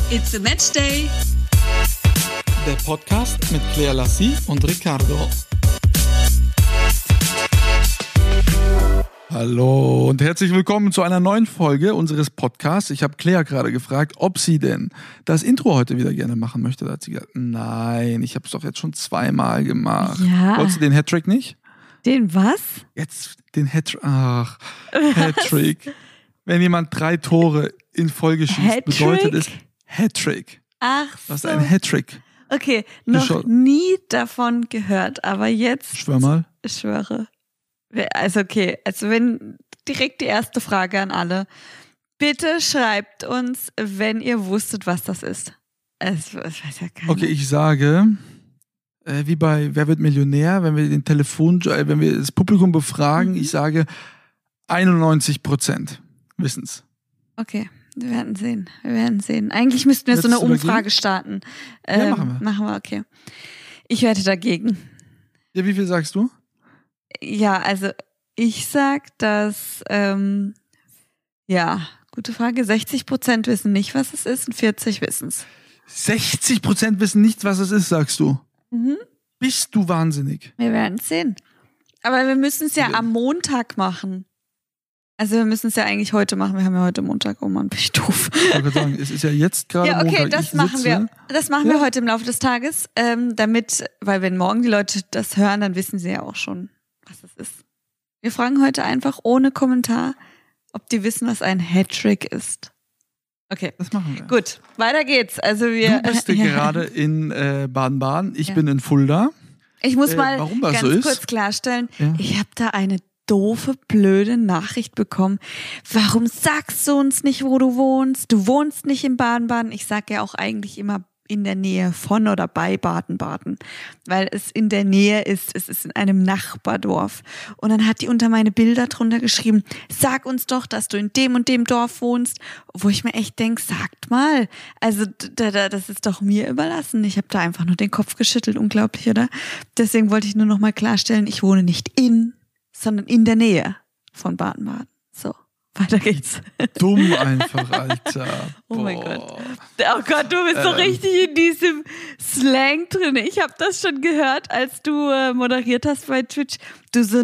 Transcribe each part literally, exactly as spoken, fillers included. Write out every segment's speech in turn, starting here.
It's a Match Day. Der Podcast mit Claire Lassie und Ricardo. Hallo und herzlich willkommen zu einer neuen Folge unseres Podcasts. Ich habe Claire gerade gefragt, ob sie denn das Intro heute wieder gerne machen möchte. Da hat sie gesagt, nein, ich habe es doch jetzt schon zweimal gemacht. Ja. Wolltest du den Hattrick nicht? Den was? Jetzt den Hattrick. Ach, Hattrick. Wenn jemand drei Tore in Folge schießt, Hattrick? bedeutet es Hattrick. Ach Das so. ist ein Hattrick. Okay, noch Schau- nie davon gehört, aber jetzt... Schwör mal. Ich schwöre. Also okay, also wenn direkt die erste Frage an alle. Bitte schreibt uns, wenn ihr wusstet, was das ist. Es, es weiß ja keiner. Okay, ich sage, äh, wie bei Wer wird Millionär, wenn wir den Telefon, äh, wenn wir das Publikum befragen, Mhm. ich sage einundneunzig Prozent wissen's. Okay, wir werden sehen. Wir werden sehen. Eigentlich müssten wir so Würdest eine du Umfrage dagegen? starten. Ja, Ähm, machen wir. Machen wir, okay. Ich werde dagegen. Ja, wie viel sagst du? Ja, also ich sag, dass, ähm, ja, gute Frage, sechzig Prozent wissen nicht, was es ist und vierzig wissen's. sechzig Prozent wissen nicht, was es ist, sagst du. Mhm. Bist du wahnsinnig? Wir werden es sehen. Aber wir müssen es ja Ja. am Montag machen. Also wir müssen es ja eigentlich heute machen. Wir haben ja heute Montag. Oh Mann, bin ich doof. Ich wollte gerade sagen, es ist ja jetzt gerade Ja, okay, Montag. das ich machen sitze, wir. Das machen Ja. wir heute im Laufe des Tages, ähm, damit, weil wenn morgen die Leute das hören, dann wissen sie ja auch schon, was es ist. Wir fragen heute einfach ohne Kommentar, ob die wissen, was ein Hattrick ist. Okay, Das machen wir. gut, weiter geht's. Also wir. Du bist ja Ja. gerade in äh, Baden-Baden, ich Ja. bin in Fulda. Ich muss Äh, mal warum das ganz so ist? kurz klarstellen, Ja. ich habe da eine doofe, blöde Nachricht bekommen. Warum sagst du uns nicht, wo du wohnst? Du wohnst nicht in Baden-Baden. Ich sage ja auch eigentlich immer in der Nähe von oder bei Baden-Baden, weil es in der Nähe ist, es ist in einem Nachbardorf. Und dann hat die unter meine Bilder drunter geschrieben, sag uns doch, dass du in dem und dem Dorf wohnst, wo ich mir echt denke, sagt mal, also da, da, das ist doch mir überlassen. Ich habe da einfach nur den Kopf geschüttelt, unglaublich, oder? Deswegen wollte ich nur noch mal klarstellen, ich wohne nicht in, sondern in der Nähe von Baden-Baden. So, weiter geht's. Dumm einfach, Alter. Oh mein Boah. Gott. Oh Gott, du bist so Ähm. richtig in diesem Slang drin. Ich habe das schon gehört, als du äh, moderiert hast bei Twitch. Du so,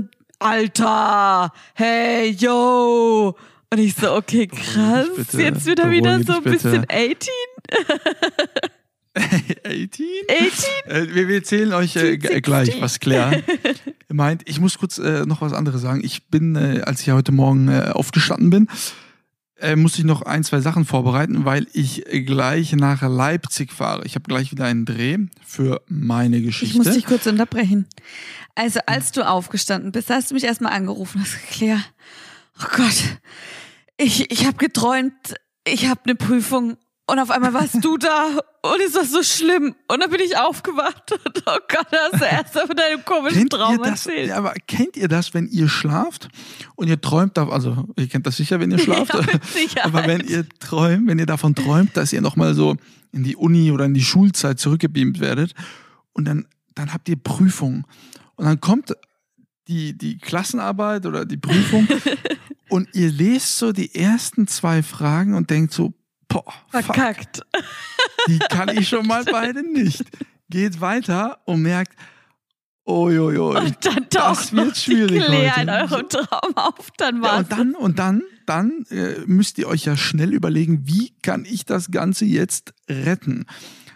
Alter, hey, yo. Und ich so, okay, krass. Beruhig dich bitte. Jetzt wieder wieder Beruhig so ein dich bitte. bisschen achtzehn. achtzehn? achtzehn? Äh, wir, wir erzählen euch äh, g- gleich, sixteen. was Claire meint. Ich muss kurz äh, noch was anderes sagen. Ich bin, äh, als ich ja heute Morgen äh, aufgestanden bin, äh, musste ich noch ein, zwei Sachen vorbereiten, weil ich äh, gleich nach Leipzig fahre. Ich habe gleich wieder einen Dreh für meine Geschichte. Ich muss dich kurz unterbrechen. Also, als du aufgestanden bist, hast du mich erstmal angerufen und hast gesagt, Claire, oh Gott, ich, ich habe geträumt, ich habe eine Prüfung und auf einmal warst du da und es war so schlimm. Und dann bin ich aufgewacht und oh Gott, da hast du erst von deinem komischen Kennt ihr Traum das? erzählt. Ja, aber kennt ihr das, wenn ihr schlaft und ihr träumt, da- also ihr kennt das sicher, wenn ihr schlaft, Ja, mit Sicherheit. aber wenn ihr träumt, wenn ihr davon träumt, dass ihr nochmal so in die Uni oder in die Schulzeit zurückgebeamt werdet und dann, dann habt ihr Prüfung und dann kommt die, die Klassenarbeit oder die Prüfung und ihr lest so die ersten zwei Fragen und denkt so, boah, fuck, Verkackt. die kann ich schon mal beide nicht. Geht weiter und merkt, uiuiui, Und dann das taucht noch wird schwierig die Claire heute. in eurem Traum auf. Dann Ja, war's. und dann, und dann, dann äh, müsst ihr euch ja schnell überlegen, wie kann ich das Ganze jetzt retten?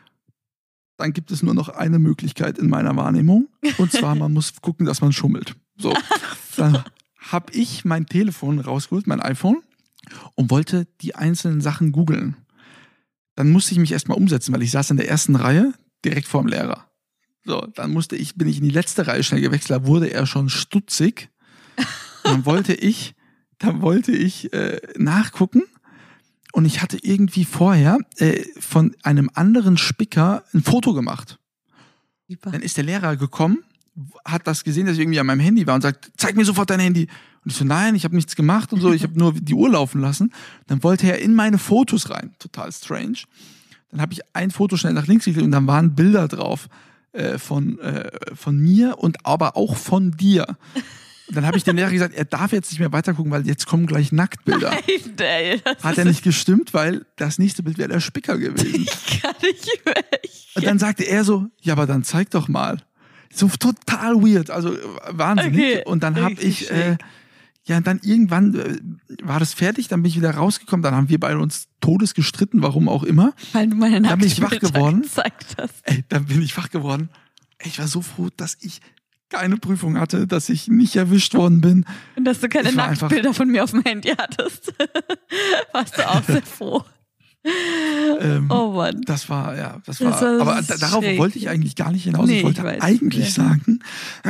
Dann gibt es nur noch eine Möglichkeit in meiner Wahrnehmung. Und zwar, man muss gucken, dass man schummelt. So, dann habe ich mein Telefon rausgeholt, mein iPhone, und wollte die einzelnen Sachen googeln. Dann musste ich mich erstmal umsetzen, weil ich saß in der ersten Reihe, direkt vorm Lehrer. So, dann musste ich, bin ich in die letzte Reihe schnell gewechselt, da wurde er schon stutzig. Und dann wollte ich, dann wollte ich äh, nachgucken. Und ich hatte irgendwie vorher äh, von einem anderen Spicker ein Foto gemacht. Super. Dann ist der Lehrer gekommen, hat das gesehen, dass ich irgendwie an meinem Handy war und sagt, zeig mir sofort dein Handy. Und ich so, nein, ich habe nichts gemacht und so, ich habe nur die Uhr laufen lassen. Dann wollte er in meine Fotos rein, total strange. Dann habe ich ein Foto schnell nach links geklickt und dann waren Bilder drauf äh, von, äh, von mir und aber auch von dir. Und dann habe ich dem Lehrer gesagt, er darf jetzt nicht mehr weitergucken, weil jetzt kommen gleich Nacktbilder. Nein, ey, das Hat er nicht gestimmt, weil das nächste Bild wäre der Spicker gewesen. Ich kann nicht mehr. Ich Und dann sagte er so, ja, aber dann zeig doch mal. So total weird, also äh, wahnsinnig. Okay, Und dann habe richtig ich, äh, ja, dann irgendwann äh, war das fertig, dann bin ich wieder rausgekommen, dann haben wir beide uns todes gestritten, warum auch immer. Weil du meine Dann bin ich wach Nacktbilder geworden. gezeigt hast. Ey, dann bin ich wach geworden. Ey, ich war so froh, dass ich keine Prüfung hatte, dass ich nicht erwischt worden bin. Und dass du keine Ich war einfach- Nacktbilder von mir auf dem Handy hattest. Warst du auch sehr froh. Ähm, Oh Mann. Das war, ja, das war, Das war aber da, darauf schräg. wollte ich eigentlich gar nicht hinaus. Nee, ich wollte ich weiß. eigentlich Ja. sagen,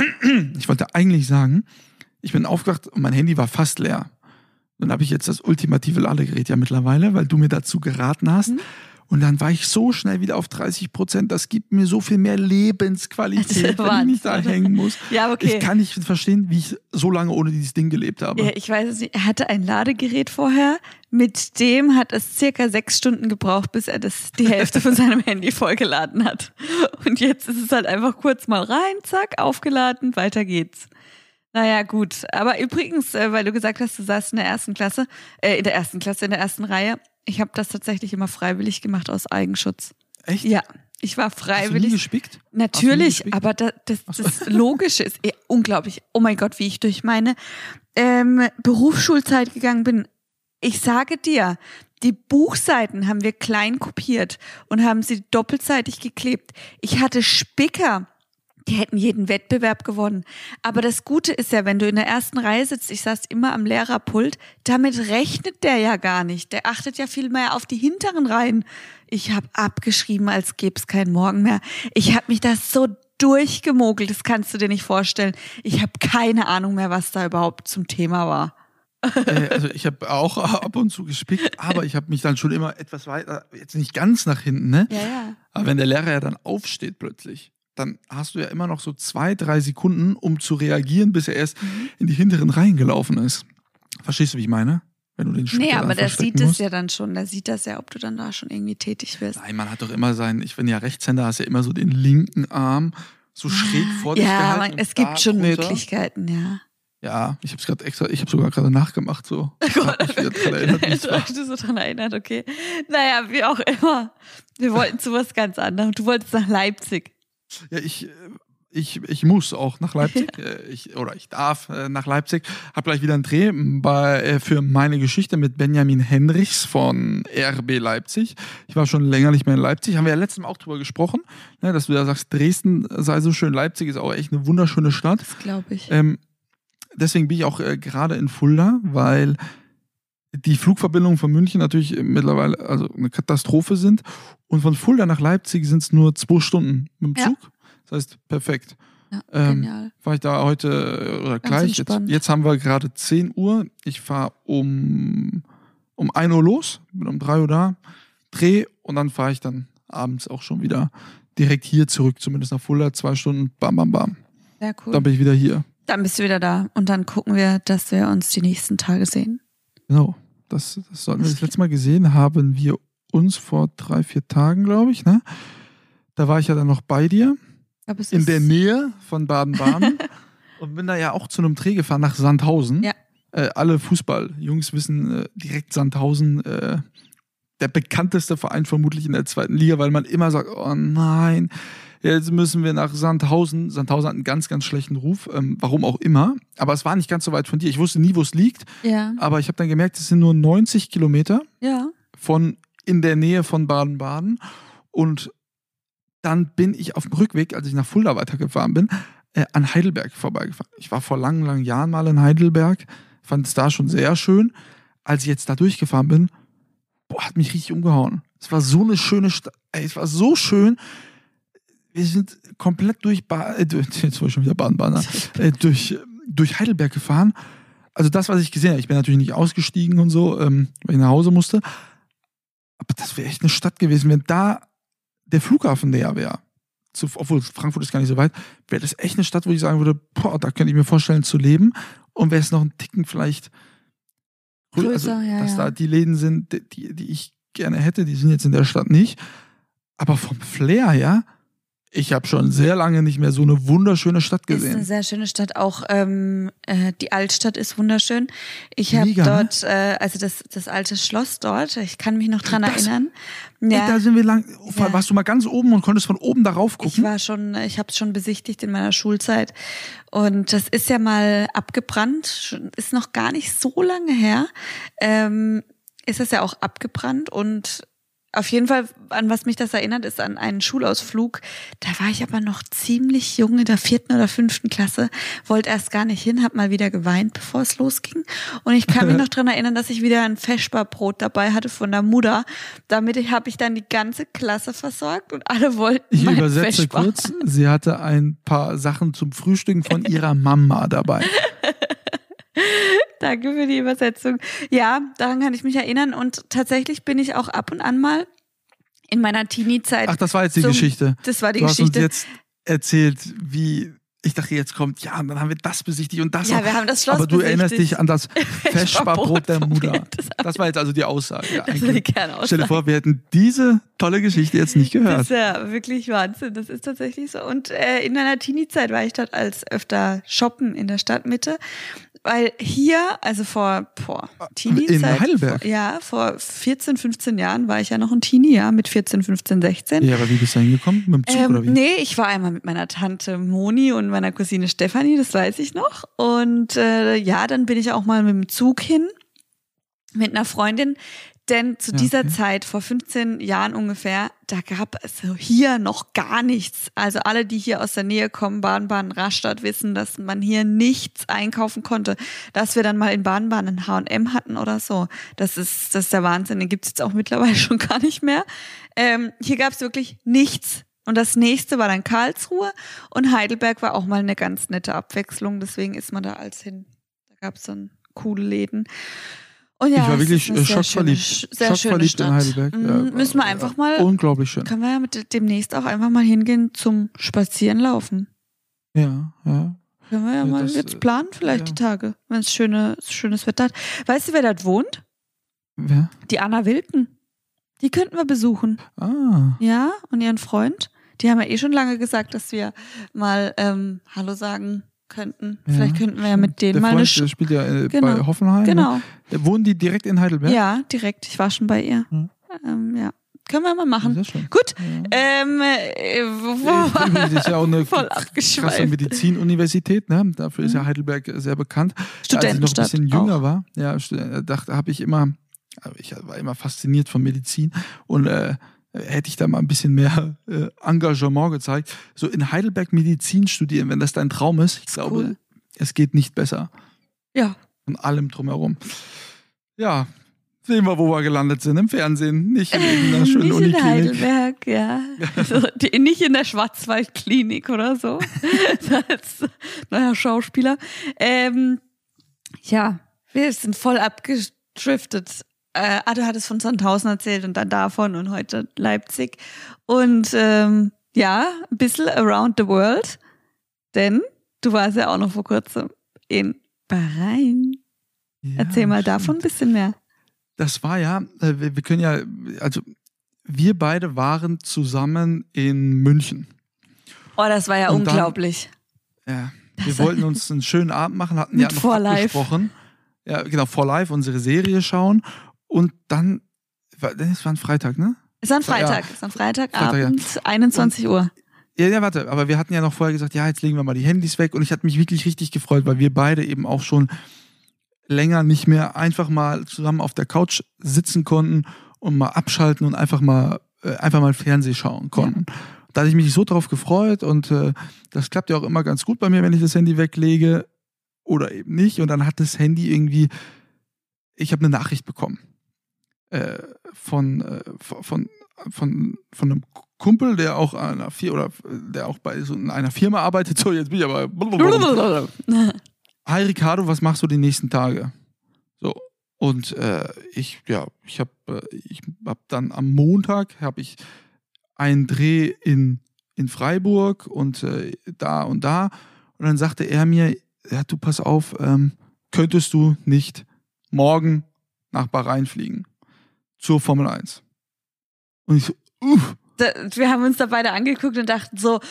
ich wollte eigentlich sagen, ich bin aufgewacht und mein Handy war fast leer. Dann habe ich jetzt das ultimative Ladegerät ja mittlerweile, weil du mir dazu geraten hast. Mhm. Und dann war ich so schnell wieder auf dreißig Prozent. Das gibt mir so viel mehr Lebensqualität, Das ist wenn ich nicht da Wahnsinn. hängen muss. Ja, okay. Ich kann nicht verstehen, wie ich so lange ohne dieses Ding gelebt habe. Ja, ich weiß es nicht. Er hatte ein Ladegerät vorher. Mit dem hat es circa sechs Stunden gebraucht, bis er das, die Hälfte von seinem Handy vollgeladen hat. Und jetzt ist es halt einfach kurz mal rein, zack, aufgeladen, weiter geht's. Naja, gut. Aber übrigens, äh, weil du gesagt hast, du saßt in der ersten Klasse, äh, in der ersten Klasse, in der ersten Reihe. Ich habe das tatsächlich immer freiwillig gemacht aus Eigenschutz. Echt? Ja, ich war Hast du nie freiwillig. gespickt? Natürlich, Hast du nie gespickt? aber da, das, das Logische ist eh unglaublich. Oh mein Gott, wie ich durch meine ähm, Berufsschulzeit gegangen bin. Ich sage dir, die Buchseiten haben wir klein kopiert und haben sie doppelseitig geklebt. Ich hatte Spicker. Die hätten jeden Wettbewerb gewonnen. Aber das Gute ist ja, wenn du in der ersten Reihe sitzt, ich saß immer am Lehrerpult, damit rechnet der ja gar nicht. Der achtet ja viel mehr auf die hinteren Reihen. Ich habe abgeschrieben, als gäbe es keinen Morgen mehr. Ich habe mich das so durchgemogelt, das kannst du dir nicht vorstellen. Ich habe keine Ahnung mehr, was da überhaupt zum Thema war. Äh, also ich habe auch ab und zu gespickt, aber ich habe mich dann schon immer etwas weiter, jetzt nicht ganz nach hinten, ne? Ja, ja. Aber wenn der Lehrer ja dann aufsteht plötzlich, dann hast du ja immer noch so zwei, drei Sekunden, um zu reagieren, bis er erst Mhm. in die hinteren Reihen gelaufen ist. Verstehst du, wie ich meine? Wenn du den Spicker Nee, dann aber der verstecken sieht es musst. ja dann schon. Der sieht das ja, ob du dann da schon irgendwie tätig wirst. Nein, man hat doch immer seinen, ich bin ja Rechtshänder, hast ja immer so den linken Arm so schräg vor dich Ja, gehalten. man, und es da gibt schon drunter. Möglichkeiten, ja. Ja, ich habe es gerade extra, ich habe sogar gerade nachgemacht so. Ich hab mich wieder dran erinnert, wie es Du war. hast dich so dran erinnert, okay. Naja, wie auch immer. Wir wollten zu was ganz anderem. Du wolltest nach Leipzig. Ja, ich, äh, ich, ich muss auch nach Leipzig. Äh, ich, oder ich darf äh, nach Leipzig. Hab gleich wieder einen Dreh bei, äh, für meine Geschichte mit Benjamin Henrichs von R B Leipzig. Ich war schon länger nicht mehr in Leipzig. Haben wir ja letztes Mal auch drüber gesprochen, ne, dass du da sagst, Dresden sei so schön. Leipzig ist auch echt eine wunderschöne Stadt. Das glaube ich. Ähm, deswegen bin ich auch äh, gerade in Fulda, weil die Flugverbindungen von München natürlich mittlerweile also eine Katastrophe sind. Und von Fulda nach Leipzig sind es nur zwei Stunden mit dem Ja. Zug. Das heißt, perfekt. Ja, Ähm, genial. War ich da heute äh, oder gleich. Jetzt, entspannt. jetzt haben wir gerade zehn Uhr. Ich fahre um, um ein Uhr los, bin um drei Uhr da, dreh und dann fahre ich dann abends auch schon wieder direkt hier zurück, zumindest nach Fulda. Zwei Stunden, bam, bam, bam. Sehr cool. Dann bin ich wieder hier. Dann bist du wieder da. Und dann gucken wir, dass wir uns die nächsten Tage sehen. Genau. Das, das sollten wir das letzte Mal gesehen haben wir uns vor drei, vier Tagen, glaube ich. Ne? Da war ich ja dann noch bei dir. Aber es In ist der Nähe von Baden-Baden und bin da ja auch zu einem Dreh gefahren nach Sandhausen. Ja. Äh, alle Fußball-Jungs wissen äh, direkt Sandhausen, äh, der bekannteste Verein vermutlich in der zweiten Liga, weil man immer sagt, oh nein, jetzt müssen wir nach Sandhausen. Sandhausen hat einen ganz, ganz schlechten Ruf, ähm, warum auch immer. Aber es war nicht ganz so weit von dir. Ich wusste nie, wo es liegt, Ja, aber ich habe dann gemerkt, es sind nur neunzig Kilometer ja. von in der Nähe von Baden-Baden und dann bin ich auf dem Rückweg, als ich nach Fulda weitergefahren bin, äh, an Heidelberg vorbeigefahren. Ich war vor langen, langen Jahren mal in Heidelberg, fand es da schon sehr schön. Als ich jetzt da durchgefahren bin, boah, hat mich richtig umgehauen. Es war so eine schöne Stadt, ey, es war so schön. Wir sind komplett durch, ba äh, durch jetzt wollte ich schon wieder Baden-Baden, äh, durch, durch Heidelberg gefahren. Also das, was ich gesehen habe, ich bin natürlich nicht ausgestiegen und so, ähm, weil ich nach Hause musste. Aber das wäre echt eine Stadt gewesen, wenn da der Flughafen näher wäre. Obwohl Frankfurt ist gar nicht so weit, wäre das echt eine Stadt, wo ich sagen würde, boah, da könnte ich mir vorstellen zu leben. Und wäre es noch ein Ticken vielleicht größer, Größer, also, ja, dass ja. da die Läden sind, die, die ich gerne hätte, die sind jetzt in der Stadt nicht. Aber vom Flair her, Ich habe schon sehr lange nicht mehr so eine wunderschöne Stadt Ist gesehen. eine sehr schöne Stadt. Auch ähm, äh, die Altstadt ist wunderschön. Ich habe Mega, ne? dort, äh, also das, das alte Schloss dort, ich kann mich noch dran Das- erinnern. Ey, Ja, da sind wir lang. Ja. Warst du mal ganz oben und konntest von oben darauf ich gucken? war schon, ich habe es schon besichtigt in meiner Schulzeit. Und das ist ja mal abgebrannt, schon- ist noch gar nicht so lange her. Ähm, ist das ja auch abgebrannt und auf jeden Fall, an was mich das erinnert, ist an einen Schulausflug. Da war ich aber noch ziemlich jung in der vierten oder fünften Klasse, wollte erst gar nicht hin, hab mal wieder geweint, bevor es losging. Und ich kann mich noch dran erinnern, dass ich wieder ein Feschbarbrot dabei hatte von der Mutter. Damit habe ich dann die ganze Klasse versorgt und alle wollten Ich mein übersetze Feschbar. kurz. Sie hatte ein paar Sachen zum Frühstücken von ihrer Mama dabei. Danke für die Übersetzung. Ja, daran kann ich mich erinnern und tatsächlich bin ich auch ab und an mal in meiner Teenie-Zeit. Ach, das war jetzt die zum- Geschichte. Das war die Du hast uns Geschichte. jetzt erzählt, wie. Ich dachte, jetzt kommt, ja, und dann haben wir das besichtigt und das Ja, auch. wir haben das Schloss Aber du erinnerst besichtigt. dich an das Feschbarbrot der vom Mutter. Kind. Das Das war jetzt also die Aussage. Ja, Das war die eigentlich. Kernaussage. Stell dir vor, wir hätten diese tolle Geschichte jetzt nicht Das gehört. ist ja wirklich Wahnsinn. Das ist tatsächlich so. Und äh, in meiner Teenie-Zeit war ich dort als öfter shoppen in der Stadtmitte. Weil hier, also vor, vor Teenie-Zeit. In Heidelberg? Vor, ja, vor vierzehn, fünfzehn Jahren war ich ja noch ein Teenie, ja, mit vierzehn, fünfzehn, sechzehn. Ja, aber wie bist du da hingekommen? Mit dem Zug Ähm, oder wie? nee, ich war einmal mit meiner Tante Moni und meiner Cousine Stefanie, das weiß ich noch. Und äh, ja, dann bin ich auch mal mit dem Zug hin, mit einer Freundin. Denn zu Ja, dieser okay. Zeit, vor fünfzehn Jahren ungefähr, da gab es hier noch gar nichts. Also alle, die hier aus der Nähe kommen, Baden-Baden, Rastatt, wissen, dass man hier nichts einkaufen konnte. Dass wir dann mal in Baden-Baden ein H und M hatten oder so. Das ist, das ist der Wahnsinn. Den gibt's jetzt auch mittlerweile schon gar nicht mehr. Ähm, hier gab's wirklich nichts. Und das nächste war dann Karlsruhe. Und Heidelberg war auch mal eine ganz nette Abwechslung. Deswegen ist man da als hin. Da gab's dann coole Läden. Und ja, Ich war es wirklich ist eine äh, sehr schockverliebt. schöne, sehr schöne Schockverliebt Stadt. in Heidelberg. Mhm, Ja, müssen wir äh, einfach mal, Unglaublich schön. können wir ja mit demnächst auch einfach mal hingehen zum Spazierenlaufen. Ja, ja. Können wir ja, Ja, mal das, jetzt äh, planen, vielleicht ja. die Tage, wenn es schöne, schönes Wetter hat. Weißt du, wer dort wohnt? Wer? Die Anna Wilken. Die könnten wir besuchen. Ah. Ja, und ihren Freund. Die haben ja eh schon lange gesagt, dass wir mal ähm, Hallo sagen könnten. Ja, Vielleicht könnten wir ja stimmt. mit denen Der mal Freund, eine der Sch spielt ja äh, Genau. bei Hoffenheim. Genau. Ne? Wohnen die direkt in Heidelberg? Ja, direkt. Ich war schon bei ihr. Hm. Ähm, ja. Können wir mal Ja, machen. sehr schön. Gut. Ja. Ähm, äh, wo, wo Übrigens ist ja auch eine Voll krasse abgeschweift. Medizinuniversität, ne? Dafür ist ja Mhm. Heidelberg sehr bekannt. Als ich noch ein Studentenstadt bisschen jünger auch. war, ja, st- dachte, habe ich immer, ich war immer fasziniert von Medizin und äh, hätte ich da mal ein bisschen mehr äh, Engagement gezeigt. So in Heidelberg Medizin studieren, wenn das dein Traum ist, ich glaube, cool. es geht nicht besser. Ja. Von allem drumherum. Ja, sehen wir, wo wir gelandet sind. Im Fernsehen, nicht in irgendeiner schönen Nicht in Uniklinik. Heidelberg, ja. Also, die, nicht in der Schwarzwaldklinik oder so. Als neuer Schauspieler. Ähm, ja, wir sind voll abgedriftet. Äh, ah, du hattest von Sandhausen erzählt und dann davon und heute Leipzig. Und ähm, ja, ein bisschen around the world. Denn du warst ja auch noch vor kurzem in Bahrain. Ja, Erzähl mal stimmt. davon ein bisschen mehr. Das war ja, äh, wir, wir können ja, also wir beide waren zusammen in München. Oh, das war ja Und dann- unglaublich. Ja, Das wir war- wollten uns einen schönen Abend machen, hatten Mit ja noch For Life. abgesprochen. Ja, genau, For Life, unsere Serie schauen. Und dann, war- das war ein Freitag, ne? Es war ein Ja. Freitag, es war ein Freitagabend, Freitag, einundzwanzig Uhr. Ja, ja, warte, aber wir hatten ja noch vorher gesagt, ja, jetzt legen wir mal die Handys weg und ich hatte mich wirklich richtig gefreut, weil wir beide eben auch schon länger nicht mehr einfach mal zusammen auf der Couch sitzen konnten und mal abschalten und einfach mal äh, einfach mal Fernseh schauen konnten. Da hatte ich mich so drauf gefreut und äh, das klappt ja auch immer ganz gut bei mir, wenn ich das Handy weglege oder eben nicht und dann hat das Handy irgendwie, ich habe eine Nachricht bekommen äh, von, äh, von, von, von einem Kumpel, der auch an einer Firma oder der auch bei so einer Firma arbeitet. So, jetzt bin ich aber. Hi Ricardo, was machst du die nächsten Tage? So. Und äh, ich, ja, ich habe äh, ich hab dann am Montag habe ich einen Dreh in, in Freiburg und äh, da und da. Und dann sagte er mir, ja, du pass auf, ähm, könntest du nicht morgen nach Bahrain fliegen? Zur Formel eins. Und ich so, uff. da, wir haben uns da beide angeguckt und dachten so,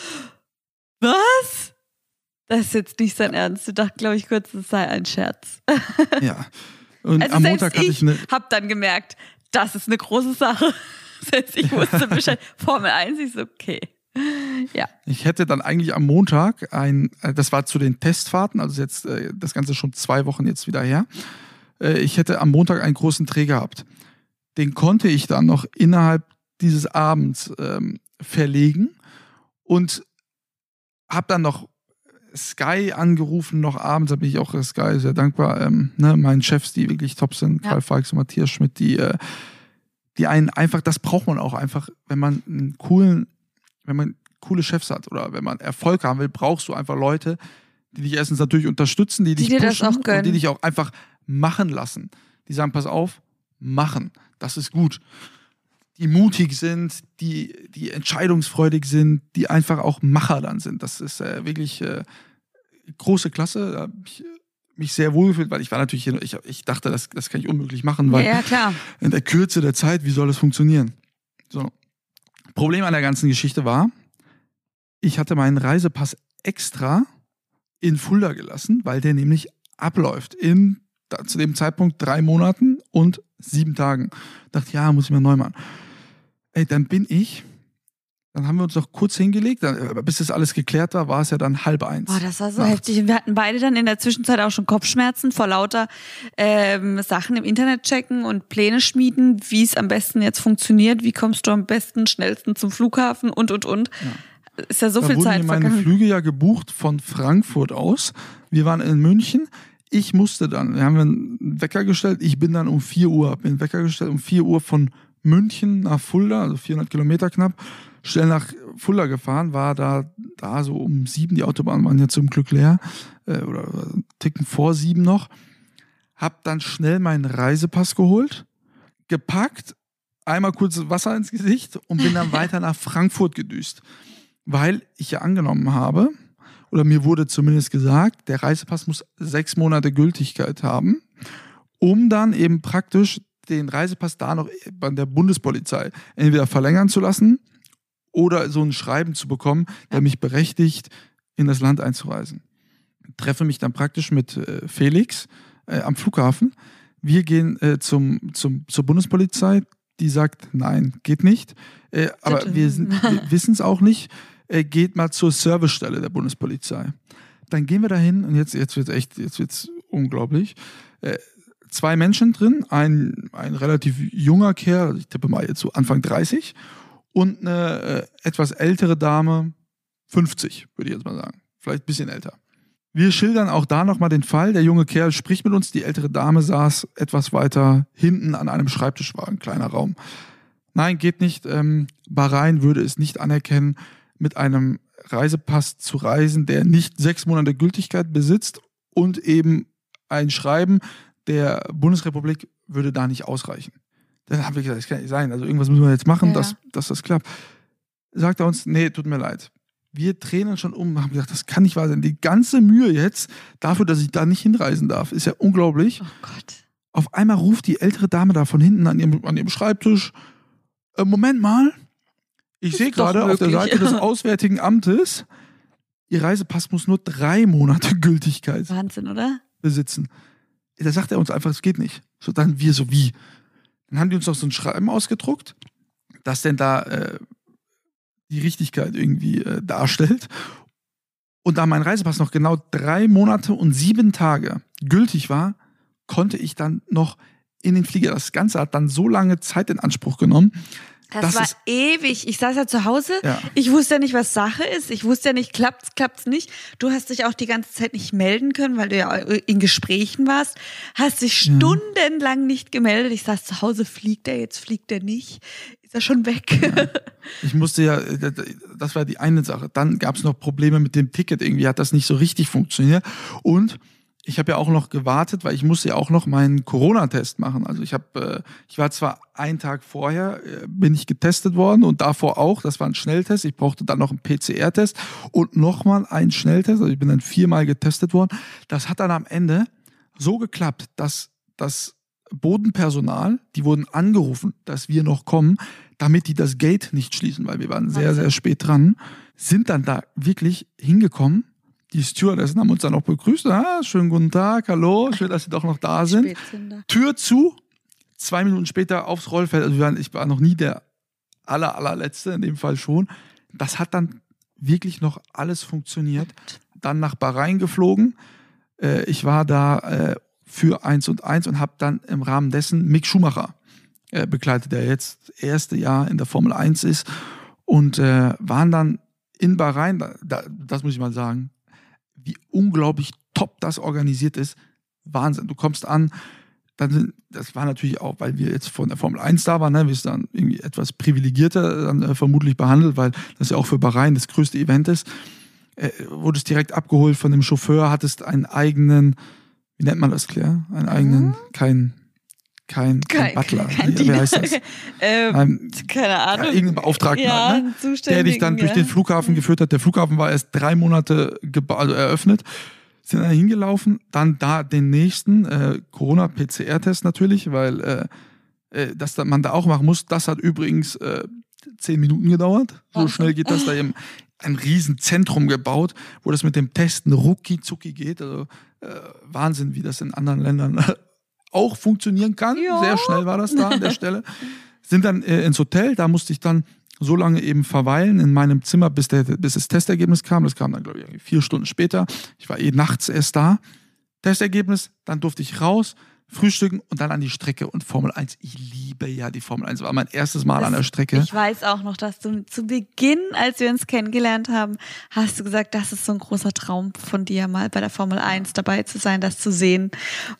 was? Das ist jetzt nicht sein Ernst. Du dachtest, glaube ich, kurz, es sei ein Scherz. Ja. Und also am Montag hatte ich eine. Ich habe dann gemerkt, das ist eine große Sache. Selbst ich wusste Bescheid. Formel eins ist okay. Ja. Ich hätte dann eigentlich am Montag ein, das war zu den Testfahrten, also jetzt das Ganze schon zwei Wochen jetzt wieder her. Ich hätte am Montag einen großen Dreh gehabt. Den konnte ich dann noch innerhalb dieses Abends ähm, verlegen und habe dann noch Sky angerufen, noch abends, da bin ich auch Sky sehr dankbar, ähm, ne, meinen Chefs, die wirklich top sind, ja. Karl Falks und Matthias Schmidt, die, äh, die einen einfach, das braucht man auch einfach, wenn man einen coolen, wenn man coole Chefs hat oder wenn man Erfolg haben will, brauchst du einfach Leute, die dich erstens natürlich unterstützen, die, die dich pushen das auch gönnen. Und die dich auch einfach machen lassen. Die sagen, pass auf, machen, das ist gut. Die mutig sind, die, die entscheidungsfreudig sind, die einfach auch Macher dann sind. Das ist äh, wirklich äh, große Klasse. Da habe ich mich sehr wohl gefühlt, weil ich war natürlich hier, ich, ich dachte, das, das kann ich unmöglich machen, weil ja, ja, klar. in der Kürze der Zeit, wie soll das funktionieren? So. Problem an der ganzen Geschichte war, ich hatte meinen Reisepass extra in Fulda gelassen, weil der nämlich abläuft in da, zu dem Zeitpunkt drei Monaten und sieben Tagen. Dachte, ja, muss ich mal neu machen. Ey, dann bin ich, dann haben wir uns noch kurz hingelegt, dann, bis das alles geklärt war, war es ja dann halb eins. Boah, das war so nachts. Heftig. Und wir hatten beide dann in der Zwischenzeit auch schon Kopfschmerzen vor lauter ähm, Sachen im Internet checken und Pläne schmieden, wie es am besten jetzt funktioniert, wie kommst du am besten, schnellsten zum Flughafen und, und, und. Ja. Ist ja so da viel Zeit vergangen. Da wurden meine Flüge ja gebucht von Frankfurt aus. Wir waren in München. Ich musste dann, wir haben einen Wecker gestellt, ich bin dann um vier Uhr, hab mir einen Wecker gestellt, um vier Uhr von München nach Fulda, also vierhundert Kilometer knapp, schnell nach Fulda gefahren, war da, da so um sieben, die Autobahnen waren ja zum Glück leer, äh, oder, oder einen Ticken vor sieben noch, hab dann schnell meinen Reisepass geholt, gepackt, einmal kurz Wasser ins Gesicht und bin dann weiter nach Frankfurt gedüst, weil ich ja angenommen habe, oder mir wurde zumindest gesagt, der Reisepass muss sechs Monate Gültigkeit haben, um dann eben praktisch den Reisepass da noch bei der Bundespolizei entweder verlängern zu lassen oder so ein Schreiben zu bekommen, der mich berechtigt, in das Land einzureisen. Ich treffe mich dann praktisch mit äh, Felix äh, am Flughafen. Wir gehen äh, zum, zum, zur Bundespolizei, die sagt, nein, geht nicht. Äh, aber wir, wir wissen es auch nicht. Äh, geht mal zur Servicestelle der Bundespolizei. Dann gehen wir dahin und jetzt, jetzt wird es echt, jetzt wird's unglaublich. Äh, Zwei Menschen drin, ein, ein relativ junger Kerl, ich tippe mal jetzt so Anfang dreißig, und eine äh, etwas ältere Dame, fünfzig, würde ich jetzt mal sagen. Vielleicht ein bisschen älter. Wir schildern auch da nochmal den Fall. Der junge Kerl spricht mit uns, die ältere Dame saß etwas weiter hinten an einem Schreibtisch, war ein kleiner Raum. Nein, geht nicht. Ähm, Bahrain würde es nicht anerkennen, mit einem Reisepass zu reisen, der nicht sechs Monate Gültigkeit besitzt und eben ein Schreiben der Bundesrepublik würde da nicht ausreichen. Dann haben wir gesagt, das kann nicht sein. Also irgendwas müssen wir jetzt machen, ja. dass, dass das klappt. Sagt er uns, nee, tut mir leid. Wir drehen uns schon um, haben gesagt, das kann nicht wahr sein. Die ganze Mühe jetzt dafür, dass ich da nicht hinreisen darf, ist ja unglaublich. Oh Gott. Auf einmal ruft die ältere Dame da von hinten an ihrem, an ihrem Schreibtisch, äh, Moment mal, ich sehe gerade auf der Seite des Auswärtigen Amtes, Ihr Reisepass muss nur drei Monate Gültigkeit Wahnsinn, oder? besitzen. Da sagt er uns einfach, es geht nicht. So, dann wir so wie. Dann haben die uns noch so ein Schreiben ausgedruckt, das denn da äh, die Richtigkeit irgendwie äh, darstellt. Und da mein Reisepass noch genau drei Monate und sieben Tage gültig war, konnte ich dann noch in den Flieger. Das Ganze hat dann so lange Zeit in Anspruch genommen. Das, das war ist, ewig. Ich saß ja zu Hause. Ja. Ich wusste ja nicht, was Sache ist. Ich wusste ja nicht, klappt's, klappt's nicht. Du hast dich auch die ganze Zeit nicht melden können, weil du ja in Gesprächen warst. Hast dich stundenlang nicht gemeldet. Ich saß zu Hause, fliegt er jetzt, fliegt er nicht? Ist er schon weg? Ja. Ich musste ja, das war die eine Sache. Dann gab es noch Probleme mit dem Ticket. Irgendwie hat das nicht so richtig funktioniert. Und ich habe ja auch noch gewartet, weil ich musste ja auch noch meinen Corona-Test machen. Also ich habe, äh, ich war zwar einen Tag vorher, äh, bin ich getestet worden und davor auch, das war ein Schnelltest. Ich brauchte dann noch einen P C R-Test und nochmal einen Schnelltest. Also ich bin dann viermal getestet worden. Das hat dann am Ende so geklappt, dass das Bodenpersonal, die wurden angerufen, dass wir noch kommen, damit die das Gate nicht schließen, weil wir waren sehr, sehr spät dran, sind dann da wirklich hingekommen. Die Stewardessen haben uns dann auch begrüßt. Ah, schönen guten Tag, hallo, schön, dass Sie doch noch da sind. Spätzünder. Tür zu, zwei Minuten später aufs Rollfeld. Also wir waren, ich war noch nie der aller, allerletzte, in dem Fall schon. Das hat dann wirklich noch alles funktioniert. Dann nach Bahrain geflogen. Äh, ich war da äh, für eins und eins und habe dann im Rahmen dessen Mick Schumacher äh, begleitet, der jetzt das erste Jahr in der Formel eins ist. Und äh, waren dann in Bahrain, da, da, das muss ich mal sagen, wie unglaublich top das organisiert ist. Wahnsinn. Du kommst an, dann sind, das war natürlich auch, weil wir jetzt von der Formel eins da waren, ne, wir sind dann irgendwie etwas privilegierter dann äh, vermutlich behandelt, weil das ja auch für Bahrain das größte Event ist. Äh, wurdest direkt abgeholt von dem Chauffeur, hattest einen eigenen, wie nennt man das, Claire? Einen eigenen, mhm. kein, kein, kein, kein Butler. Kein nee, wer heißt das? ähm, ähm, keine Ahnung. Ja, irgendein Beauftragten, ja, halt, ne? Der dich dann ja. durch den Flughafen geführt hat. Der Flughafen war erst drei Monate geba- also eröffnet. Sind dann hingelaufen, dann da den nächsten äh, Corona-P C R-Test natürlich, weil äh, äh, das man da auch machen muss. Das hat übrigens äh, zehn Minuten gedauert. So Wahnsinn. Schnell geht das da eben. Ein Riesenzentrum gebaut, wo das mit dem Testen rucki zucki geht. Also äh, Wahnsinn, wie das in anderen Ländern auch funktionieren kann. Ja. Sehr schnell war das da an der Stelle. Sind dann äh, ins Hotel, da musste ich dann so lange eben verweilen in meinem Zimmer, bis, der, bis das Testergebnis kam. Das kam dann, glaube ich, vier Stunden später. Ich war eh nachts erst da. Testergebnis, dann durfte ich raus, frühstücken und dann an die Strecke und Formel eins. Ich liebe ja die Formel eins. War mein erstes Mal das, an der Strecke. Ich weiß auch noch, dass du zu Beginn, als wir uns kennengelernt haben, hast du gesagt, das ist so ein großer Traum von dir, mal bei der Formel eins dabei zu sein, das zu sehen.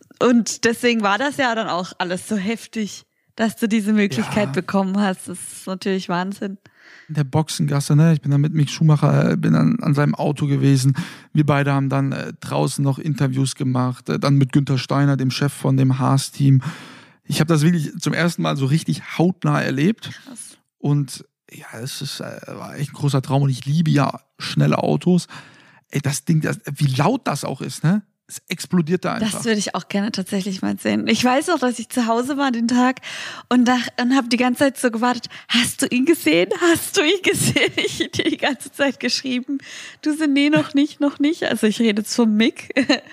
Und deswegen war das ja dann auch alles so heftig, dass du diese Möglichkeit ja. bekommen hast. Das ist natürlich Wahnsinn. In der Boxengasse, ne? Ich bin dann mit Mick Schumacher, bin dann an seinem Auto gewesen. Wir beide haben dann äh, draußen noch Interviews gemacht, äh, dann mit Günther Steiner, dem Chef von dem Haas-Team. Ich habe das wirklich zum ersten Mal so richtig hautnah erlebt. Krass. Und ja, es ist, äh, war echt ein großer Traum und ich liebe ja schnelle Autos. Ey, das Ding, das, wie laut das auch ist, ne? Es explodiert da einfach. Das würde ich auch gerne tatsächlich mal sehen. Ich weiß noch, dass ich zu Hause war den Tag und, und habe die ganze Zeit so gewartet. Hast du ihn gesehen? Hast du ihn gesehen? Ich habe dir die ganze Zeit geschrieben. Du so, nee, noch nicht, noch nicht. Also ich rede jetzt vom Mick.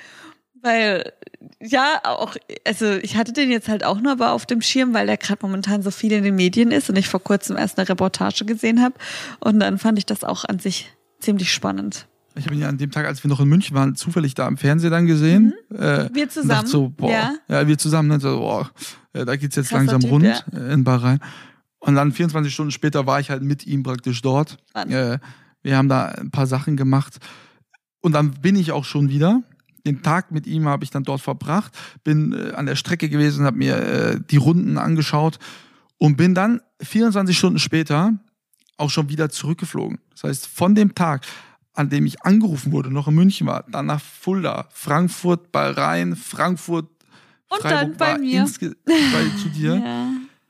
Weil, ja, auch, also ich hatte den jetzt halt auch nur aber auf dem Schirm, weil der gerade momentan so viel in den Medien ist und ich vor kurzem erst eine Reportage gesehen habe. Und dann fand ich das auch an sich ziemlich spannend. Ich habe ihn ja an dem Tag, als wir noch in München waren, zufällig da am Fernseher dann gesehen. Mhm. Äh, wir zusammen. So, boah, ja. ja, wir zusammen. Ne, so, boah, da geht's jetzt Krasser langsam typ, rund ja. in Bahrain. Und dann vierundzwanzig Stunden später war ich halt mit ihm praktisch dort. Äh, wir haben da ein paar Sachen gemacht. Und dann bin ich auch schon wieder. Den Tag mit ihm habe ich dann dort verbracht. Bin äh, an der Strecke gewesen, habe mir äh, die Runden angeschaut und bin dann vierundzwanzig Stunden später auch schon wieder zurückgeflogen. Das heißt, von dem Tag, an dem ich angerufen wurde, noch in München war, dann nach Fulda, Frankfurt, Bahrain, Frankfurt, und Freiburg dann bei war mir. Insge- bei, zu dir, ja.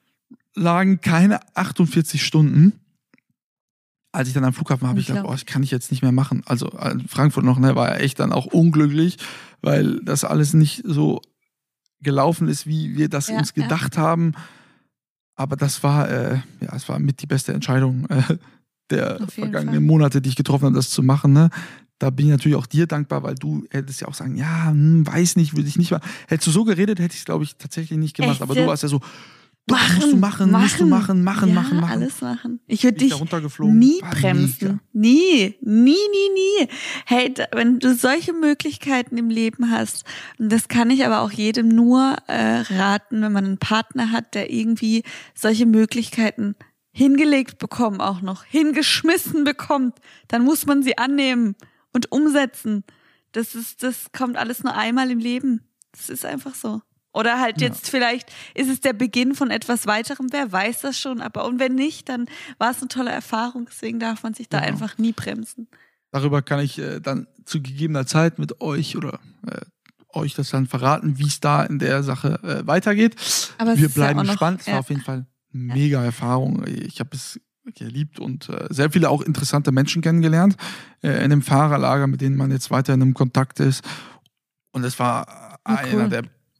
lagen keine achtundvierzig Stunden. Als ich dann am Flughafen war, habe ich Ich gedacht, oh, das kann ich jetzt nicht mehr machen. Also in Frankfurt noch, ne, war er echt dann auch unglücklich, weil das alles nicht so gelaufen ist, wie wir das Ja, uns gedacht ja. haben. Aber das war, äh, ja, es war mit die beste Entscheidung äh, der Auf jeden vergangenen Fall. Monate, die ich getroffen habe, das zu machen. Ne? Da bin ich natürlich auch dir dankbar, weil du hättest ja auch sagen, ja, hm, weiß nicht, würde ich nicht mal. Hättest du so geredet, hätte ich es, glaube ich, tatsächlich nicht gemacht. Echt? Aber du warst ja so, doch, Machen, musst du machen, machen, musst du machen, machen, ja, machen, machen. alles machen. Ich würde Bin ich dich da runtergeflogen. nie War bremsen. mega. Nie, nie, nie, nie. Hey, da, wenn du solche Möglichkeiten im Leben hast, und das kann ich aber auch jedem nur äh, raten, wenn man einen Partner hat, der irgendwie solche Möglichkeiten hingelegt bekommt, auch noch hingeschmissen bekommt, dann muss man sie annehmen und umsetzen. Das ist, das kommt alles nur einmal im Leben. Das ist einfach so. Oder halt Ja. jetzt vielleicht ist es der Beginn von etwas weiterem, wer weiß das schon, aber und wenn nicht, dann war es eine tolle Erfahrung, deswegen darf man sich da Genau. einfach nie bremsen. Darüber kann ich äh, dann zu gegebener Zeit mit euch oder äh, euch das dann verraten, wie es da in der Sache äh, weitergeht. Aber es Wir ist ja bleiben auch noch- gespannt. Es ja. war auf jeden Fall eine mega Erfahrung. Ich habe es geliebt und äh, sehr viele auch interessante Menschen kennengelernt äh, in dem Fahrerlager, mit denen man jetzt weiterhin im Kontakt ist. Und es war Oh, einer cool. der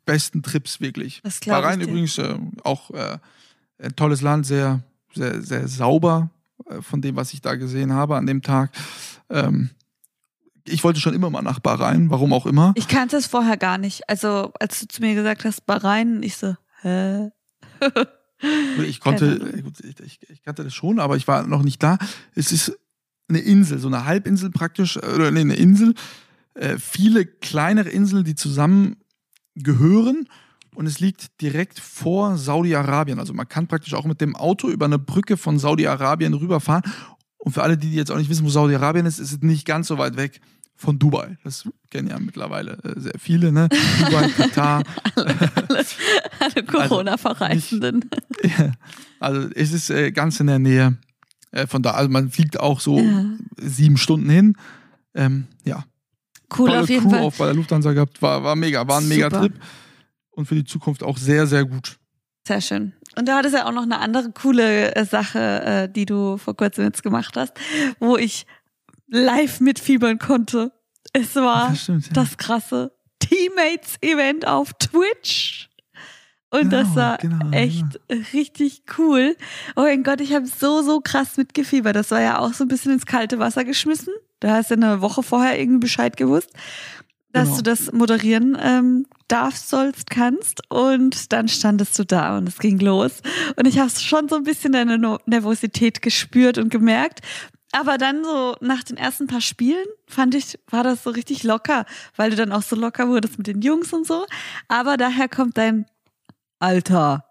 besten Trips wirklich. Das glaub Bahrain ich dir. übrigens äh, auch äh, ein tolles Land, sehr, sehr, sehr sauber äh, von dem, was ich da gesehen habe an dem Tag. Ähm, ich wollte schon immer mal nach Bahrain, warum auch immer. Ich kannte es vorher gar nicht. Also, als du zu mir gesagt hast, Bahrain, ich so, hä? Ich konnte, Keine Ahnung. ich, ich, ich kannte das schon, aber ich war noch nicht da. Es ist eine Insel, so eine Halbinsel praktisch, oder nee, eine Insel. Äh, viele kleinere Inseln, die zusammen gehören, und es liegt direkt vor Saudi-Arabien. Also man kann praktisch auch mit dem Auto über eine Brücke von Saudi-Arabien rüberfahren. Und für alle, die jetzt auch nicht wissen, wo Saudi-Arabien ist, ist es nicht ganz so weit weg von Dubai. Das kennen ja mittlerweile äh, sehr viele, ne? Dubai, Katar. alle alle, alle Corona-Verreisenden. Ja, also es ist äh, ganz in der Nähe äh, von da. Also man fliegt auch so Ja. sieben Stunden hin. Ähm, ja. Cool, Tolle auf jeden Crew Fall. auch bei der Lufthansa gehabt. War, war mega, war ein mega Super. Trip. Und für die Zukunft auch sehr, sehr gut. Sehr schön. Und da hattest ja auch noch eine andere coole äh, Sache, äh, die du vor kurzem jetzt gemacht hast, wo ich live mitfiebern konnte. Es war Das stimmt, ja. das krasse Teammates-Event auf Twitch. Und Genau, das war genau, echt richtig cool. Oh mein Gott, ich habe so, so krass mitgefiebert. Das war ja auch so ein bisschen ins kalte Wasser geschmissen. Da hast du eine Woche vorher irgendwie Bescheid gewusst, dass Genau. du das moderieren ähm, darfst, sollst, kannst. Und dann standest du da und es ging los. Und ich habe schon so ein bisschen deine No- Nervosität gespürt und gemerkt. Aber dann so nach den ersten paar Spielen fand ich, war das so richtig locker, weil du dann auch so locker wurdest mit den Jungs und so. Aber daher kommt dein Alter.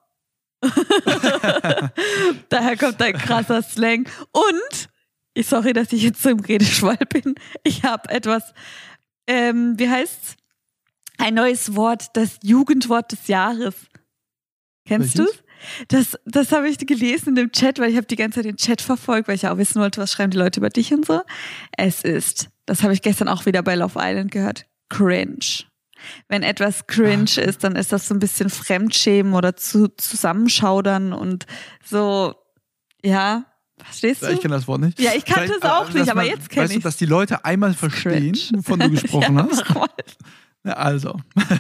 Daher kommt dein krasser Slang. Und, ich sorry, dass ich jetzt so im Redeschwall bin, ich habe etwas, ähm, wie heißt's? Ein neues Wort, das Jugendwort des Jahres. Kennst Welches? du's? Das, das habe ich gelesen in dem Chat, weil ich habe die ganze Zeit den Chat verfolgt, weil ich ja auch wissen wollte, was schreiben die Leute über dich und so. Es ist, das habe ich gestern auch wieder bei Love Island gehört, cringe. Wenn etwas cringe Ah. ist, dann ist das so ein bisschen Fremdschämen oder zu, Zusammenschaudern und so, ja, verstehst du? Ich kenne das Wort nicht. Ja, ich kannte Vielleicht, es auch äh, nicht, dass aber man- jetzt kenn Weißt du, ich's. dass die Leute einmal verstehen, Cringe. wovon du gesprochen ja, hast? mach mal. Ja, also.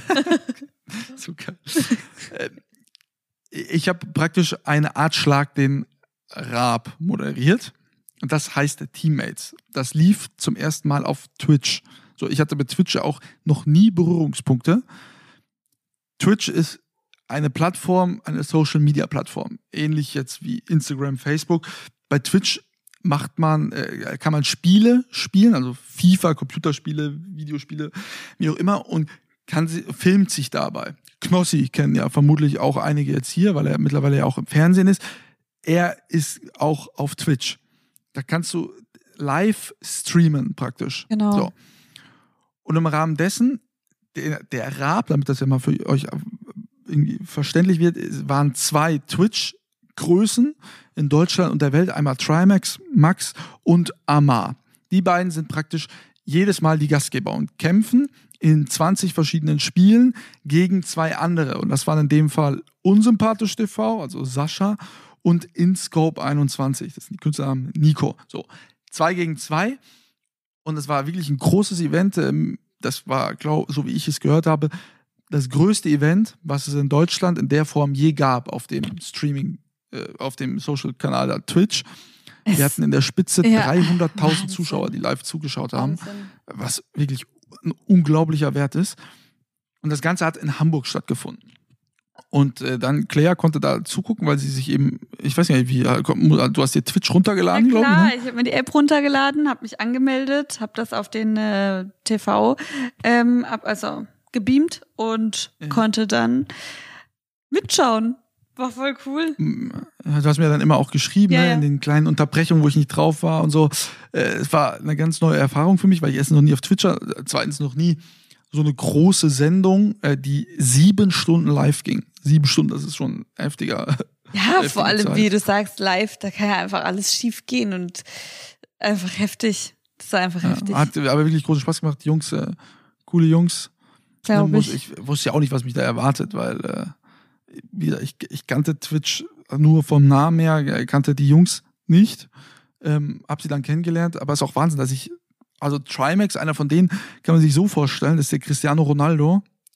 So geil. Ähm, Ich habe praktisch eine Art Schlag den Raab moderiert. Und das heißt Teammates. Das lief zum ersten Mal auf Twitch. So, ich hatte mit Twitch auch noch nie Berührungspunkte. Twitch ist eine Plattform, eine Social-Media-Plattform. Ähnlich jetzt wie Instagram, Facebook. Bei Twitch macht man, äh, kann man Spiele spielen, also FIFA, Computerspiele, Videospiele, wie auch immer, und kann sie, filmt sich dabei. Knossi kennen ja vermutlich auch einige jetzt hier, weil er mittlerweile ja auch im Fernsehen ist. Er ist auch auf Twitch. Da kannst du live streamen praktisch. Genau. So. Und im Rahmen dessen, der, der Raab, damit das ja mal für euch irgendwie verständlich wird, waren zwei Twitch-Größen in Deutschland und der Welt. Einmal Trimax, Max und Amar. Die beiden sind praktisch jedes Mal die Gastgeber und kämpfen in zwanzig verschiedenen Spielen gegen zwei andere. Und das waren in dem Fall Unsympathisch T V, also Sascha, und InScope einundzwanzig. Das sind die Künstlernamen Nico. So, zwei gegen zwei. Und es war wirklich ein großes Event. Das war, glaub, so wie ich es gehört habe, das größte Event, was es in Deutschland in der Form je gab auf dem Streaming, äh, auf dem Social-Kanal Twitch. Es- Wir hatten in der Spitze Ja. dreihunderttausend Wahnsinn. Zuschauer, die live zugeschaut haben, Wahnsinn. was wirklich ein unglaublicher Wert ist. Und das Ganze hat in Hamburg stattgefunden. Und äh, dann Claire konnte da zugucken, weil sie sich eben, ich weiß nicht, wie, äh, du hast dir Twitch runtergeladen, Ja, glaube ich. klar, Ne? ich habe mir die App runtergeladen, habe mich angemeldet, habe das auf den äh, T V ähm, ab, also gebeamt und Ja. konnte dann mitschauen. War voll cool. Du hast mir dann immer auch geschrieben, Ja, ne, ja. in den kleinen Unterbrechungen, wo ich nicht drauf war und so. Äh, es war eine ganz neue Erfahrung für mich, weil ich erstens noch nie auf Twitch war, zweitens noch nie so eine große Sendung, äh, die sieben Stunden live ging. Sieben Stunden, das ist schon heftiger. Ja, heftige vor allem, Zeit. wie du sagst, live, da kann ja einfach alles schief gehen und einfach heftig. Das war einfach Ja, heftig. hat aber wirklich großen Spaß gemacht. Die Jungs, äh, coole Jungs. Glaub Muss- ich. ich wusste ja auch nicht, was mich da erwartet, weil äh, wieder, ich, ich kannte Twitch nur vom Namen her, äh, kannte die Jungs nicht, ähm, hab sie dann kennengelernt, aber es ist auch Wahnsinn, dass ich, also Trimax, einer von denen, kann man sich so vorstellen, das ist der Cristiano Ronaldo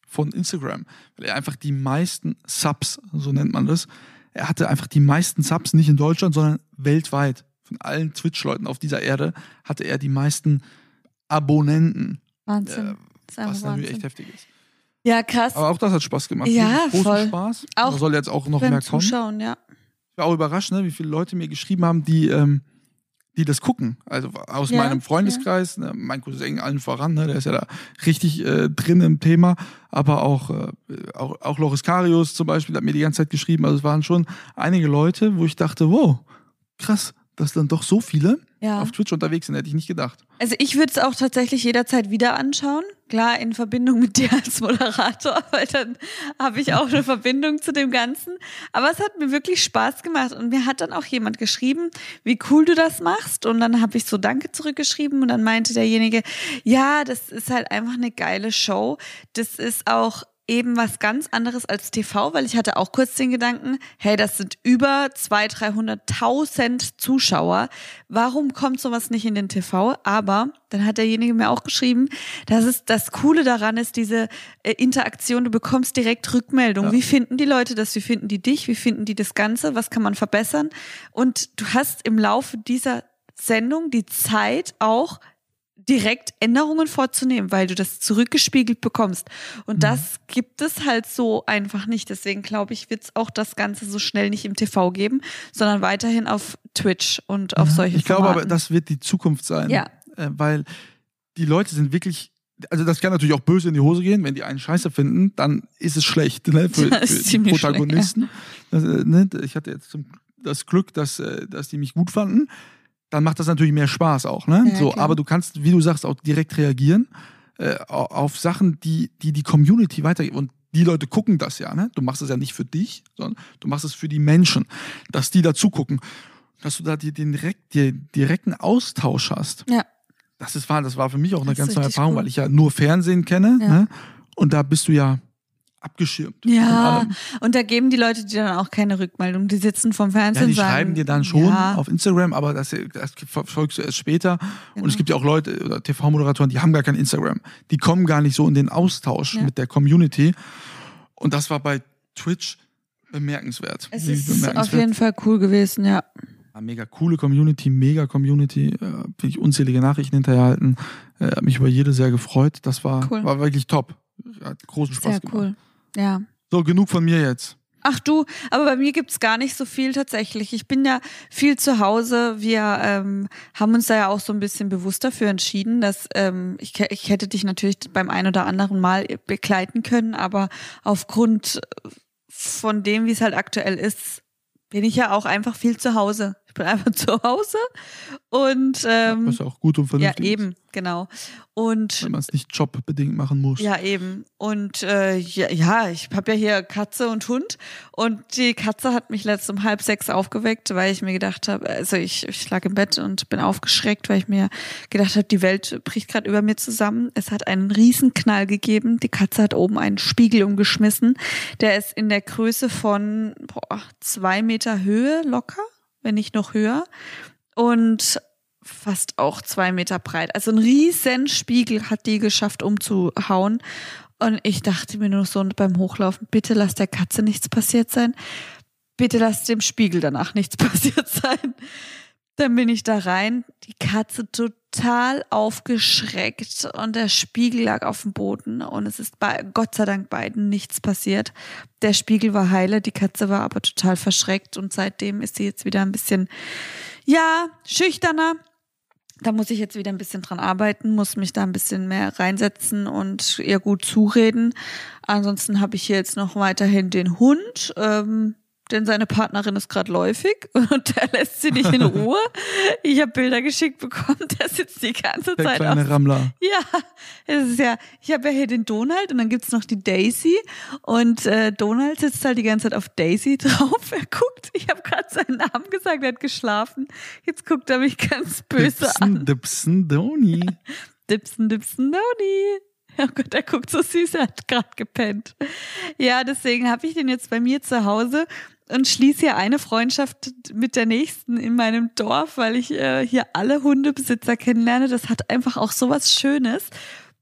von Instagram, weil er einfach die meisten Subs, so nennt man das, er hatte einfach die meisten Subs, nicht in Deutschland, sondern weltweit. Von allen Twitch-Leuten auf dieser Erde hatte er die meisten Abonnenten. Wahnsinn. Äh, was natürlich echt heftig ist. Ja, krass. Aber auch das hat Spaß gemacht. Ja, großen voll. Spaß. Auch da soll jetzt auch noch beim mehr kommen. Zuschauen, ja. Ich war auch überrascht, ne, wie viele Leute mir geschrieben haben, die, ähm, die das gucken. Also aus Ja, meinem Freundeskreis, ne, mein Cousin allen voran, ne, der ist ja da richtig äh, drin im Thema. Aber auch, äh, auch, auch Loris Karius zum Beispiel hat mir die ganze Zeit geschrieben. Also es waren schon einige Leute, wo ich dachte, wow, krass, dass dann doch so viele Ja. auf Twitch unterwegs sind, hätte ich nicht gedacht. Also ich würde es auch tatsächlich jederzeit wieder anschauen. Klar, in Verbindung mit dir als Moderator, weil dann habe ich auch eine Verbindung zu dem Ganzen. Aber es hat mir wirklich Spaß gemacht und mir hat dann auch jemand geschrieben, wie cool du das machst. Und dann habe ich so Danke zurückgeschrieben und dann meinte derjenige, ja, das ist halt einfach eine geile Show. Das ist auch eben was ganz anderes als T V, weil ich hatte auch kurz den Gedanken, hey, das sind über zweihunderttausend, dreihunderttausend Zuschauer. Warum kommt sowas nicht in den T V? Aber dann hat derjenige mir auch geschrieben, dass es das Coole daran ist, diese äh, Interaktion, du bekommst direkt Rückmeldung. Ja. Wie finden die Leute das? Wie finden die dich? Wie finden die das Ganze? Was kann man verbessern? Und du hast im Laufe dieser Sendung die Zeit auch direkt Änderungen vorzunehmen, weil du das zurückgespiegelt bekommst. Und Mhm. das gibt es halt so einfach nicht. Deswegen glaube ich, wird es auch das Ganze so schnell nicht im T V geben, sondern weiterhin auf Twitch und auf Ja, solche Ich glaube Formaten. aber, das wird die Zukunft sein. Ja. Äh, weil die Leute sind wirklich, also das kann natürlich auch böse in die Hose gehen, wenn die einen Scheiße finden, dann ist es schlecht, ne, für, Das ist für die ziemlich Protagonisten. Das, äh, ne, ich hatte jetzt zum, das Glück, dass, äh, dass die mich gut fanden. Dann macht das natürlich mehr Spaß auch, ne? Ja, so, klar. aber du kannst, wie du sagst, auch direkt reagieren äh, auf Sachen, die, die die Community weitergeben. Und die Leute gucken das ja, ne? Du machst es ja nicht für dich, sondern du machst es für die Menschen, dass die dazu gucken, dass du da die, den direkt, den direkten Austausch hast. Ja. Das ist wahr, das war für mich auch eine Das ist ganz neue richtig Erfahrung, cool. weil ich ja nur Fernsehen kenne, Ja. ne? Und da bist du ja abgeschirmt. von Ja, allem. und da geben die Leute dir dann auch keine Rückmeldung. Die sitzen vom Fernsehen Ja, die und sagen, schreiben dir dann schon ja, auf Instagram, aber das, das verfolgst du erst später. Genau. Und es gibt ja auch Leute oder T V-Moderatoren, die haben gar kein Instagram. Die kommen gar nicht so in den Austausch Ja. mit der Community. Und das war bei Twitch bemerkenswert. es Wirklich ist auf jeden Fall cool gewesen, ja. Ja, mega coole Community, mega Community. Äh, Bin ich unzählige Nachrichten hinterherhalten. Äh, hab mich über jede sehr gefreut. Das war, Cool. war wirklich top. Hat großen Spaß Sehr gemacht. cool. Ja. So, genug von mir jetzt. Ach du, aber bei mir gibt's gar nicht so viel tatsächlich. Ich bin ja viel zu Hause. Wir ähm, haben uns da ja auch so ein bisschen bewusst dafür entschieden, dass ähm, ich, ich hätte dich natürlich beim ein oder anderen Mal begleiten können, aber aufgrund von dem, wie es halt aktuell ist, bin ich ja auch einfach viel zu Hause. Ich bin einfach zu Hause und ähm, Was ja auch gut und ja, vernünftig ist, eben, genau. Und wenn man es nicht jobbedingt machen muss. ja, eben. Und äh, ja, ja, ich habe ja hier Katze und Hund. Und die Katze hat mich letzt um halb sechs aufgeweckt, weil ich mir gedacht habe, also ich, ich lag im Bett und bin aufgeschreckt, weil ich mir gedacht habe, die Welt bricht gerade über mir zusammen. Es hat einen Riesenknall gegeben. Die Katze hat oben einen Spiegel umgeschmissen. Der ist in der Größe von boah, zwei Meter Höhe locker, wenn nicht noch höher. Und fast auch zwei Meter breit. Also ein riesen Spiegel hat die geschafft umzuhauen. Und ich dachte mir nur so beim Hochlaufen, bitte lass der Katze nichts passiert sein. Bitte lass dem Spiegel danach nichts passiert sein. Dann bin ich da rein, die Katze total aufgeschreckt und der Spiegel lag auf dem Boden und es ist bei Gott sei Dank beiden nichts passiert. Der Spiegel war heile, die Katze war aber total verschreckt und seitdem ist sie jetzt wieder ein bisschen, ja, schüchterner. Da muss ich jetzt wieder ein bisschen dran arbeiten, muss mich da ein bisschen mehr reinsetzen und ihr gut zureden. Ansonsten habe ich hier jetzt noch weiterhin den Hund, ähm, denn seine Partnerin ist gerade läufig und der lässt sie nicht in Ruhe. Ich habe Bilder geschickt bekommen, der sitzt die ganze Der Zeit kleine auf. Rammler. Ja, es ist ja, ich habe ja hier den Donald und dann gibt's noch die Daisy und äh, Donald sitzt halt die ganze Zeit auf Daisy drauf. Er guckt, ich habe gerade seinen Namen gesagt, er hat geschlafen. Jetzt guckt er mich ganz böse an. Dipsen, Dipsen, Doni. Dipsen, Dipsen, Doni. Oh Gott, er guckt so süß, er hat gerade gepennt. Ja, deswegen habe ich den jetzt bei mir zu Hause und schließe hier eine Freundschaft mit der nächsten in meinem Dorf, weil ich äh, hier alle Hundebesitzer kennenlerne. Das hat einfach auch sowas Schönes.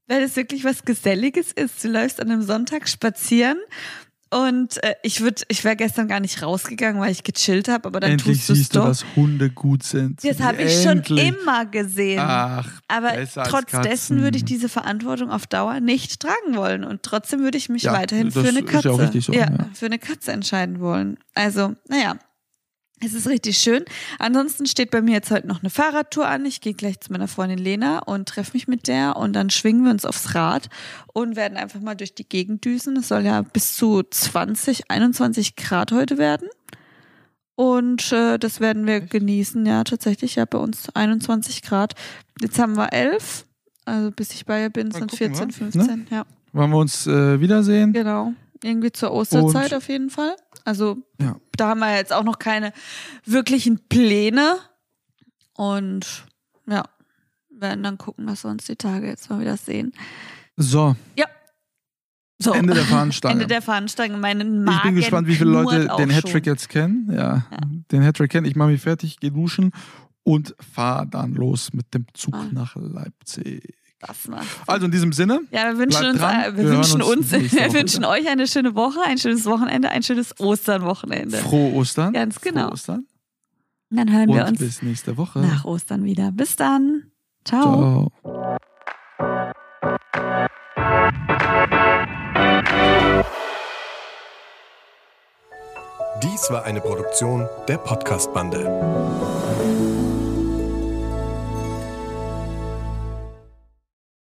weil es wirklich was Geselliges ist. Du läufst an einem Sonntag spazieren und äh, ich würde, ich wäre gestern gar nicht rausgegangen, weil ich gechillt habe, aber dann Endlich tust siehst du du, es doch. dass Hunde gut sind. Das habe ich schon Endlich. immer gesehen. Ach, aber besser als trotz Katzen. dessen würde ich diese Verantwortung auf Dauer nicht tragen wollen und trotzdem würde ich mich Ja, weiterhin das für eine ist Katze, ja auch richtig so, ja, ja. für eine Katze entscheiden wollen. Also, naja. Es ist richtig schön. Ansonsten steht bei mir jetzt heute noch eine Fahrradtour an. Ich gehe gleich zu meiner Freundin Lena und treffe mich mit der und dann schwingen wir uns aufs Rad und werden einfach mal durch die Gegend düsen. Es soll ja bis zu zwanzig, einundzwanzig Grad heute werden. Und äh, das werden wir Echt? genießen. Ja, tatsächlich, ja, bei uns einundzwanzig Grad. Jetzt haben wir elf. Also bis ich bei ihr bin, Mal sind gucken, vierzehn, wa? fünfzehn. Ja, Wollen wir uns äh, wiedersehen? genau. Irgendwie zur Osterzeit Und- auf jeden Fall. Also Ja. da haben wir jetzt auch noch keine wirklichen Pläne. Und ja, werden dann gucken, dass wir uns die Tage jetzt mal wieder sehen. So, Ja. So. Ende der Fahnenstange. Ende der Fahnenstange. Meinen Magen Ich bin gespannt, wie viele Leute knurrt auch den Hattrick schon. jetzt kennen. Ja, Ja. den Hattrick kennen. Ich mache mich fertig, gehe duschen und fahre dann los mit dem Zug Ah. nach Leipzig. Das macht. Also in diesem Sinne, Ja, wir wünschen bleibt uns, dran. äh, wir Wir hören wünschen uns uns, nächste wir Woche wünschen wieder. euch eine schöne Woche, ein schönes Wochenende, ein schönes Osternwochenende. frohe Ostern. Ganz genau. Frohe Ostern. Und dann hören wir Und uns bis nächste Woche. nach Ostern wieder. Bis dann. Ciao. Ciao. Dies war eine Produktion der Podcast-Bande.